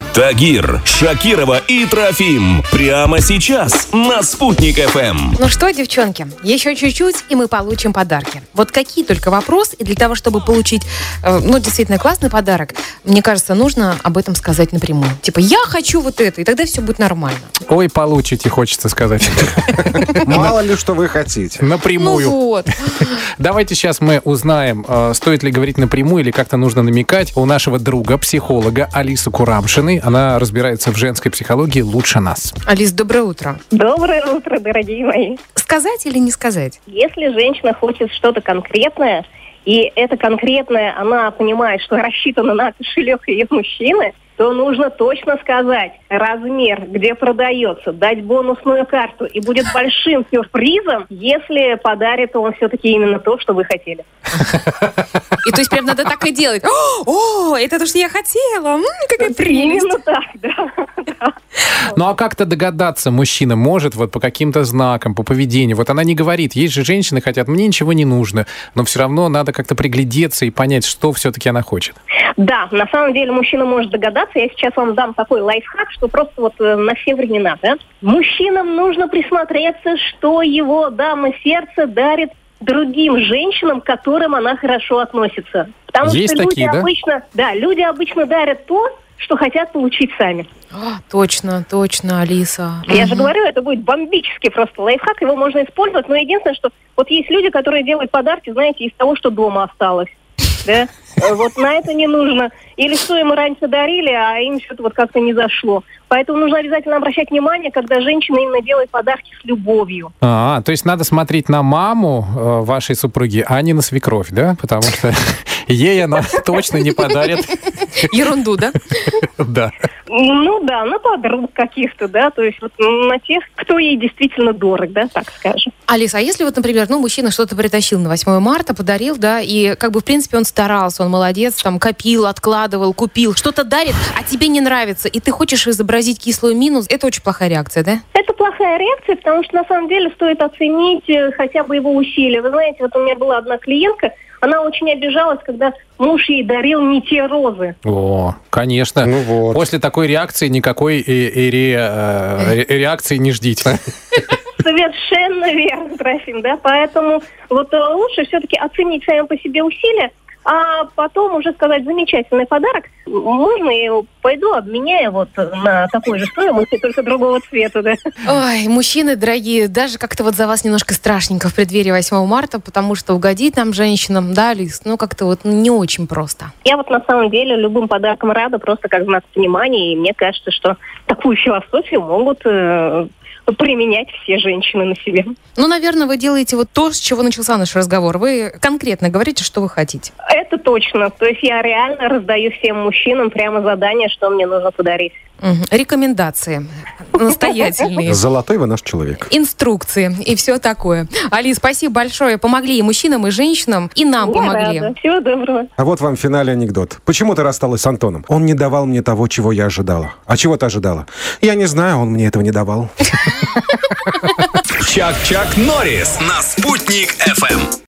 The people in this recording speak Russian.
Тагир, Шакирова и Трофим. Прямо сейчас на Спутник ФМ. Ну что, девчонки, еще чуть-чуть, и мы получим подарки. Вот какие только вопросы, и для того, чтобы получить, действительно классный подарок, мне кажется, нужно об этом сказать напрямую. Типа, я хочу вот это, и тогда все будет нормально. Ой, получите, хочется сказать. Мало ли, что вы хотите. Напрямую. Ну вот. Давайте сейчас мы узнаем, стоит ли говорить напрямую или как-то нужно намекать у нашего друга, психолога Алисы Курамшиной. Она разбирается в женской психологии лучше нас. Алис, доброе утро. Доброе утро, дорогие мои. Сказать или не сказать? Если женщина хочет что-то конкретное, и это конкретное, она понимает, что рассчитано на кошелек ее мужчины, то нужно точно сказать размер, где продается, дать бонусную карту. И будет большим сюрпризом, если подарит он все-таки именно то, что вы хотели. И то есть прям надо так и делать. О, это то, что я хотела. Какая прелесть. Именно так, да. Ну а как-то догадаться мужчина может вот по каким-то знакам, по поведению. Вот она не говорит, есть же женщины хотят, мне ничего не нужно, но все равно надо как-то приглядеться и понять, что все-таки она хочет. Да, на самом деле мужчина может догадаться. Я сейчас вам дам такой лайфхак, что просто вот на все времена, да. Мужчинам нужно присмотреться, что его дама сердца дарит другим женщинам, к которым она хорошо относится. Потому есть что такие, люди обычно дарят то, что хотят получить сами. Точно, Алиса. Я же говорю, это будет бомбический просто лайфхак, его можно использовать, но единственное, что вот есть люди, которые делают подарки, знаете, из того, что дома осталось. Да? Вот на это не нужно. Или что ему раньше дарили, а им что-то вот как-то не зашло. Поэтому нужно обязательно обращать внимание, когда женщина именно делает подарки с любовью. То есть надо смотреть на маму вашей супруги, а не на свекровь, да? Потому что ей она точно не подарит. Ерунду, да? Да. Ну да, на подруг каких-то, да, то есть вот на тех, кто ей действительно дорог, да, так скажем. Алиса, а если вот, например, мужчина что-то притащил на 8 марта, подарил, да, и в принципе, он старался, он молодец, там, копил, откладывал, купил, что-то дарит, а тебе не нравится, и ты хочешь изобразить кислую мину, это очень плохая реакция, да? Это плохая реакция, потому что на самом деле стоит оценить хотя бы его усилия. Вы знаете, вот у меня была одна клиентка, она очень обижалась, когда муж ей дарил не те розы. О, конечно. Ну вот. После такой реакции никакой реакции не ждите. Совершенно верно, Трофим, да, поэтому вот лучше все-таки оценить сами по себе усилия, а потом уже сказать замечательный подарок. Можно я его пойду обменяю вот на такой же стоимости, только другого цвета, да. Ой, мужчины дорогие, даже как-то вот за вас немножко страшненько в преддверии 8 марта, потому что угодить нам, женщинам, да, Лиз, как-то вот не очень просто. Я вот на самом деле любым подарком рада, просто как знак внимания, и мне кажется, что такую философию могут применять все женщины на себе. Наверное, вы делаете вот то, с чего начался наш разговор. Вы конкретно говорите, что вы хотите. Это точно. То есть я реально раздаю всем мужчинам прямо задание, что мне нужно подарить. Рекомендации настоятельные. Золотой вы наш человек. Инструкции и все такое. Али, спасибо большое. Помогли и мужчинам, и женщинам, и нам помогли. Рада. Всего доброго. А вот вам в финале анекдот. Почему ты рассталась с Антоном? Он не давал мне того, чего я ожидала. А чего ты ожидала? Я не знаю, он мне этого не давал. Чак-Чак Норрис на Спутник ФМ.